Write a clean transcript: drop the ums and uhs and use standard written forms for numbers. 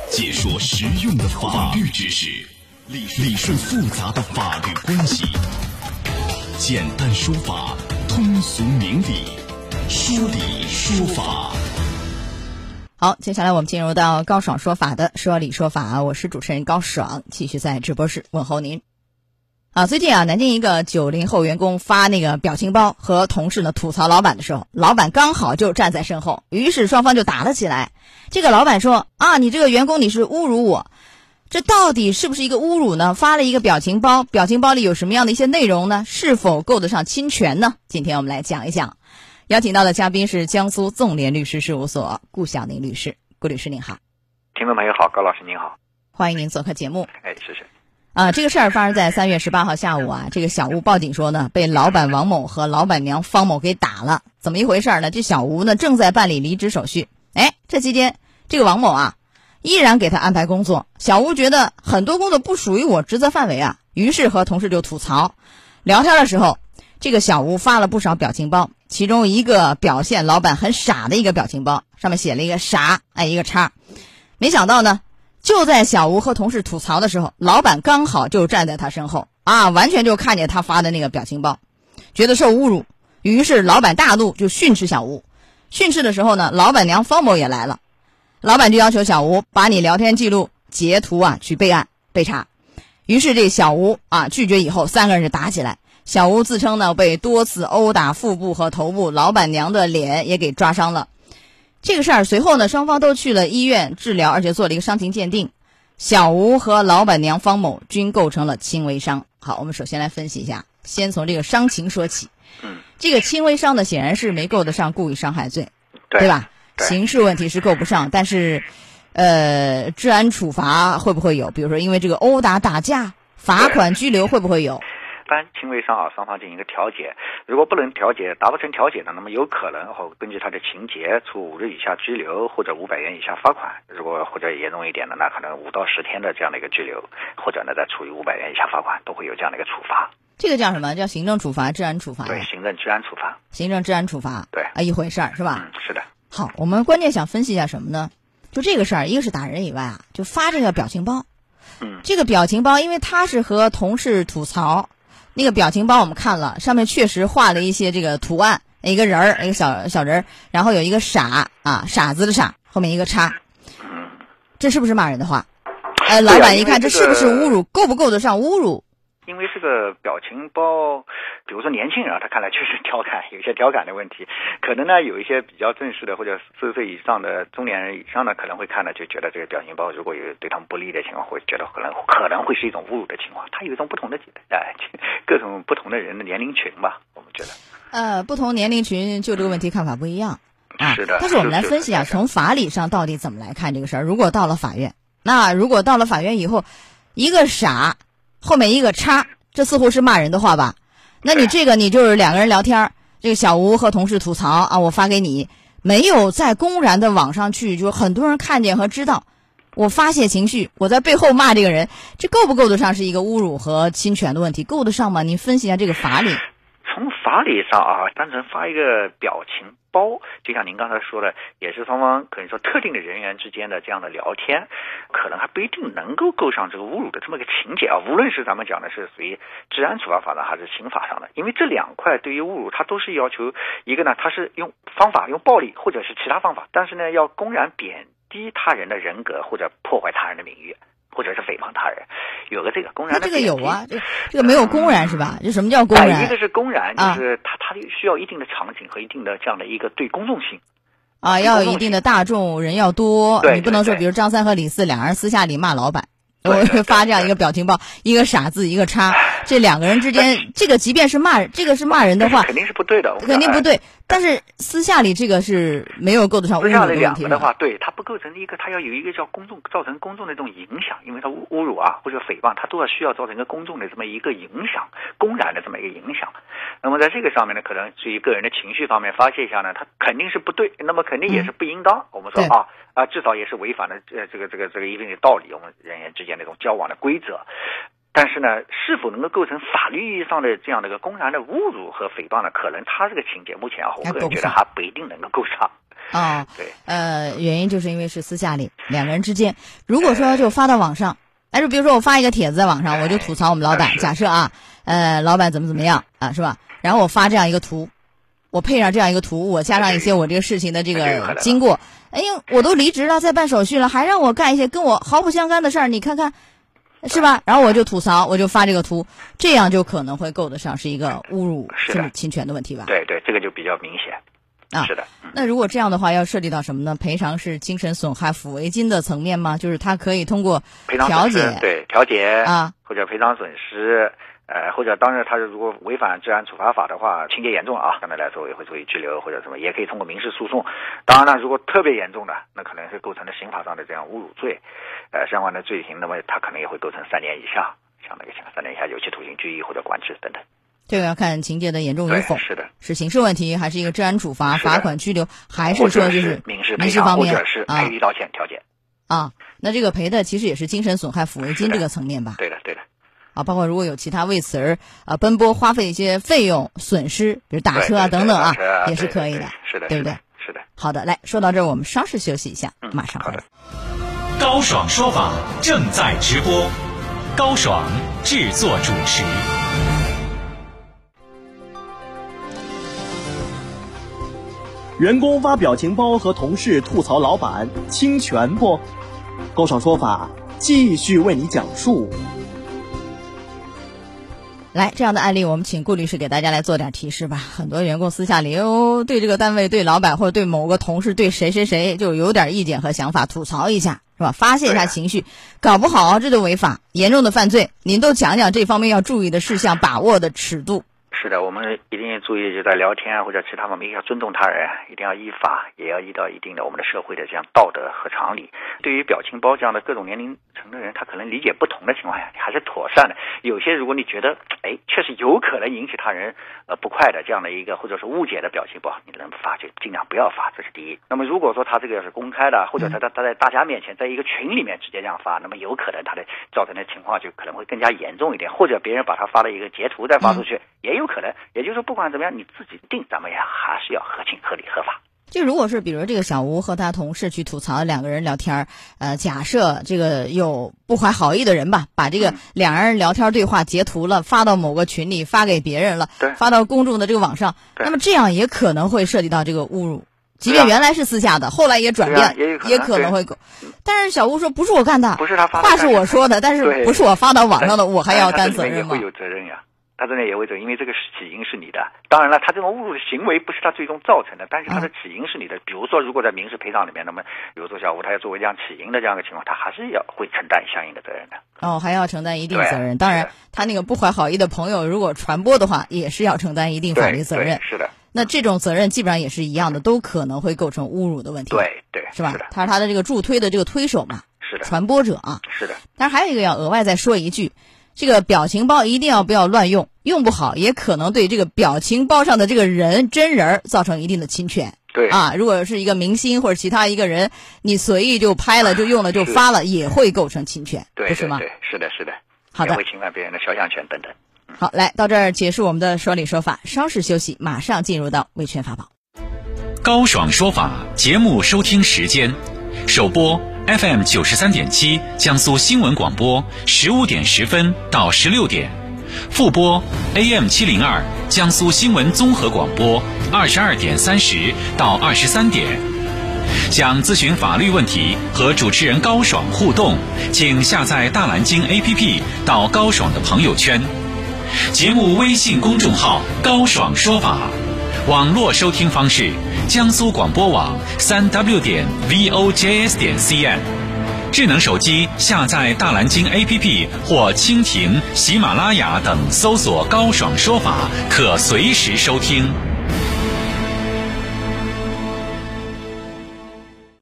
解说实用的法律知识，理顺复杂的法律关系，简单说法，通俗明理，说理说法。 好，接下来我们进入到高爽说法的说理说法，我是主持人高爽，继续在直播室问候您。最近南京一个90后员工发那个表情包和同事呢吐槽老板的时候，老板刚好就站在身后，于是双方就打了起来。这个老板说你这个员工你是侮辱我，这到底是不是一个侮辱呢？发了一个表情包，表情包里有什么样的一些内容呢？是否够得上侵权呢？今天我们来讲一讲。邀请到的嘉宾是江苏纵联律师事务所顾晓宁律师。顾律师您好。 听众朋友好，高老师您好。 欢迎您做客节目。 谢谢。 这个事儿发生在3月18号下午这个小吴报警说呢，被老板王某和老板娘方某给打了。怎么一回事呢？这小吴呢正在办理离职手续，这期间这个王某依然给他安排工作。小吴觉得很多工作不属于我职责范围于是和同事就吐槽。聊天的时候，这个小吴发了不少表情包，其中一个表现老板很傻的一个表情包，上面写了一个傻一个叉。没想到呢，就在小吴和同事吐槽的时候，老板刚好就站在他身后完全就看见他发的那个表情包，觉得受侮辱，于是老板大怒，就训斥小吴。训斥的时候呢，老板娘方某也来了，老板就要求小吴把你聊天记录截图去备案备查。于是这小吴拒绝以后，3个人就打起来。小吴自称呢被多次殴打腹部和头部，老板娘的脸也给抓伤了。这个事儿随后呢，双方都去了医院治疗，而且做了一个伤情鉴定。小吴和老板娘方某均构成了轻微伤。好，我们首先来分析一下，先从这个伤情说起。这个轻微伤呢，显然是没够得上故意伤害罪，对吧？刑事问题是够不上，但是治安处罚会不会有？比如说因为这个殴打打架，罚款拘留会不会有？ 一般轻微伤双方进行一个调解，如果不能调解，达不成调解的，那么有可能根据他的情节处5日以下拘留或者500元以下罚款，如果或者严重一点的，那可能5到10天的这样的一个拘留，或者呢再处以500元以下罚款，都会有这样的一个处罚。 这个叫什么？叫行政处罚、治安处罚？ 对，行政治安处罚。 行政治安处罚， 对一回事儿是吧？ 是的。 好，我们关键想分析一下什么呢？就这个事儿，一个是打人以外就发这个表情包。这个表情包因为他是和同事吐槽，那个表情包我们看了，上面确实画了一些这个图案，一个人儿，一个小人儿，然后有一个傻子的傻，后面一个叉。这是不是骂人的话？老板一看这是不是侮辱，够不够得上侮辱？ 因为这个表情包，比如说年轻人他看来确实调侃，有一些调侃的问题，可能呢有一些比较正式的或者40岁以上的中年人以上呢，可能会看了就觉得这个表情包如果有对他们不利的情况，会觉得可能会是一种侮辱的情况。它有一种不同的各种不同的人的年龄群吧，我们觉得不同年龄群就这个问题看法不一样是的。 但是我们来分析从法理上到底怎么来看这个事儿。如果到了法院，那如果到了法院以后，一个傻后面一个叉，这似乎是骂人的话吧？那你这个你就是2个人聊天，这个小吴和同事吐槽我发给你，没有在公然的网上去，就很多人看见和知道，我发泄情绪，我在背后骂这个人，这够不够得上是一个侮辱和侵权的问题？够得上吗？你分析一下这个法理。 从法理上单纯发一个表情包，就像您刚才说的，也是双方可能说特定的人员之间的这样的聊天，可能还不一定能够够上这个侮辱的这么一个情节无论是咱们讲的是属于治安处罚法的还是刑法上的，因为这2块对于侮辱它都是要求一个呢，它是用方法用暴力或者是其他方法，但是呢要公然贬低他人的人格或者破坏他人的名誉，或者是诽谤他人，有个这个公然的。 这个有这个没有公然是吧？这什么叫公然？ 一个是公然，就是它需要一定的场景和一定的这样的一个对公众性要有一定的大众人要多，你不能说比如张三和李四2人私下里骂老板，我会发这样一个表情包，一个傻字一个叉，这2个人之间，这个即便是这个是骂人的话， 肯定是不对的， 肯定不对。但是私下里这个是没有够得上侮辱的问题。 私下里2个的话，对，它不构成一个，它要有一个叫造成公众的这种影响，因为它侮辱或者诽谤，它都需要造成一个公众的这么一个影响，公然的这么一个影响。那么在这个上面呢，可能至于个人的情绪方面发泄一下呢，它肯定是不对，那么肯定也是不应当。我们说至少也是违反了这个一定的道理，我们人员之间那种交往的规则。但是呢，是否能够构成法律意义上的这样的一个公然的侮辱和诽谤呢？可能他这个情节目前我个人觉得还不一定能够构上。 对， 原因就是因为是私下里两个人之间，如果说就发到网上，就比如说我发一个帖子在网上，我就吐槽我们老板，假设啊，老板怎么样啊，是吧？然后我发这样一个图，我配上这样一个图，我加上一些我这个事情的这个经过，我都离职了，在办手续了，还让我干一些跟我毫不相干的事儿，你看看。是吧？然后我就吐槽，我就发这个图，这样就可能会够得上是一个侮辱甚至侵权的问题吧？ 对，这个就比较明显。是的。 那如果这样的话，要涉及到什么呢？赔偿是精神损害抚慰金的层面吗？就是他可以通过调解， 对，调解啊，或者赔偿损失。或者当然他如果违反治安处罚法的话，情节严重啊，相对来说也会处以拘留或者什么，也可以通过民事诉讼。当然了，如果特别严重的，那可能是构成了刑法上的这样侮辱罪，相关的罪行，那么他可能也会构成3年以下，像那个情况3年以下有期徒刑、拘役或者管制等等。 这个要看情节的严重与否， 是的， 是刑事问题还是一个治安处罚、罚款、拘留，还是说就是民事方面， 或者是赔礼道歉、调解啊？那这个赔的其实也是精神损害抚慰金这个层面吧？ 对的。 包括如果有其他为此而奔波花费一些费用损失，比如打车啊等等啊，也是可以的， 是的， 对不对？ 是的。 好的，来说到这儿，我们稍事休息一下，马上回来。 高爽说法正在直播，高爽制作主持。 员工发表情包和同事吐槽老板，侵权不？高爽说法继续为你讲述。 来，这样的案例我们请顾律师给大家来做点提示吧。很多员工私下里对这个单位、对老板或者对某个同事、对谁就有点意见和想法，吐槽一下是吧？发泄一下情绪，搞不好这就违法，严重的犯罪。您都讲讲这方面要注意的事项，把握的尺度。 是的，我们一定注意，就在聊天或者其他方面要尊重他人，一定要依法，也要依到一定的我们的社会的这样道德和常理。对于表情包这样的各种年龄层的人，他可能理解不同的情况下，还是妥善的。有些如果你觉得确实有可能引起他人不快的这样的一个或者是误解的表情包，你能发就尽量不要发，这是第一。那么如果说他这个是公开的，或者他在大家面前，在一个群里面直接这样发，那么有可能他的造成的情况就可能会更加严重一点，或者别人把他发了一个截图再发出去，也有可能。也就是说不管怎么样，你自己定，咱们也还是要合情合理合法。 就如果是比如这个小吴和他同事去吐槽两个人聊天，假设这个有不怀好意的人吧，把这个两人聊天对话截图了，发到某个群里，发给别人了，发到公众的这个网上，那么这样也可能会涉及到这个侮辱。即便原来是私下的，后来也转变，也可能会。但是小吴说不是我干的， 不是他发的， 话是我说的，但是不是我发到网上的，我还要担责任吗？ 会有责任呀。他真的也会责任，因为这个起因是你的。当然了，他这种侮辱的行为不是他最终造成的，但是他的起因是你的。比如说，如果在民事赔偿里面，那么比如说小吴他要作为这样起因的这样一个情况，他还是会承担相应的责任的。 还要承担一定责任。当然，他那个不怀好意的朋友如果传播的话，也是要承担一定法律责任。 是的。 那这种责任基本上也是一样的，都可能会构成侮辱的问题。 对， 是吧？他是他的这个助推的这个推手嘛， 是的， 传播者啊， 是的。 但是还有一个要额外再说一句。这个表情包一定不要乱用，用不好也可能对这个表情包上的这个人真人造成一定的侵权。 对啊，如果是一个明星或者其他一个人，你随意就拍了就用了就发了，也会构成侵权，不是吗？ 对，是的。 好的， 也会侵犯别人的肖像权等等。 好，来到这儿结束我们的说理说法，稍事休息，马上进入到维权法宝。 高爽说法节目收听时间，首播FM 93.7江苏新闻广播15点10分到16点，复播 AM 702江苏新闻综合广播22点30到23点。想咨询法律问题和主持人高爽互动，请下载大蓝鲸 APP 到高爽的朋友圈。节目微信公众号高爽说法，网络收听方式江苏广播网3w.vojs.cn， 智能手机下载大蓝鲸 APP 或蜻蜓、喜马拉雅等，搜索高爽说法，可随时收听。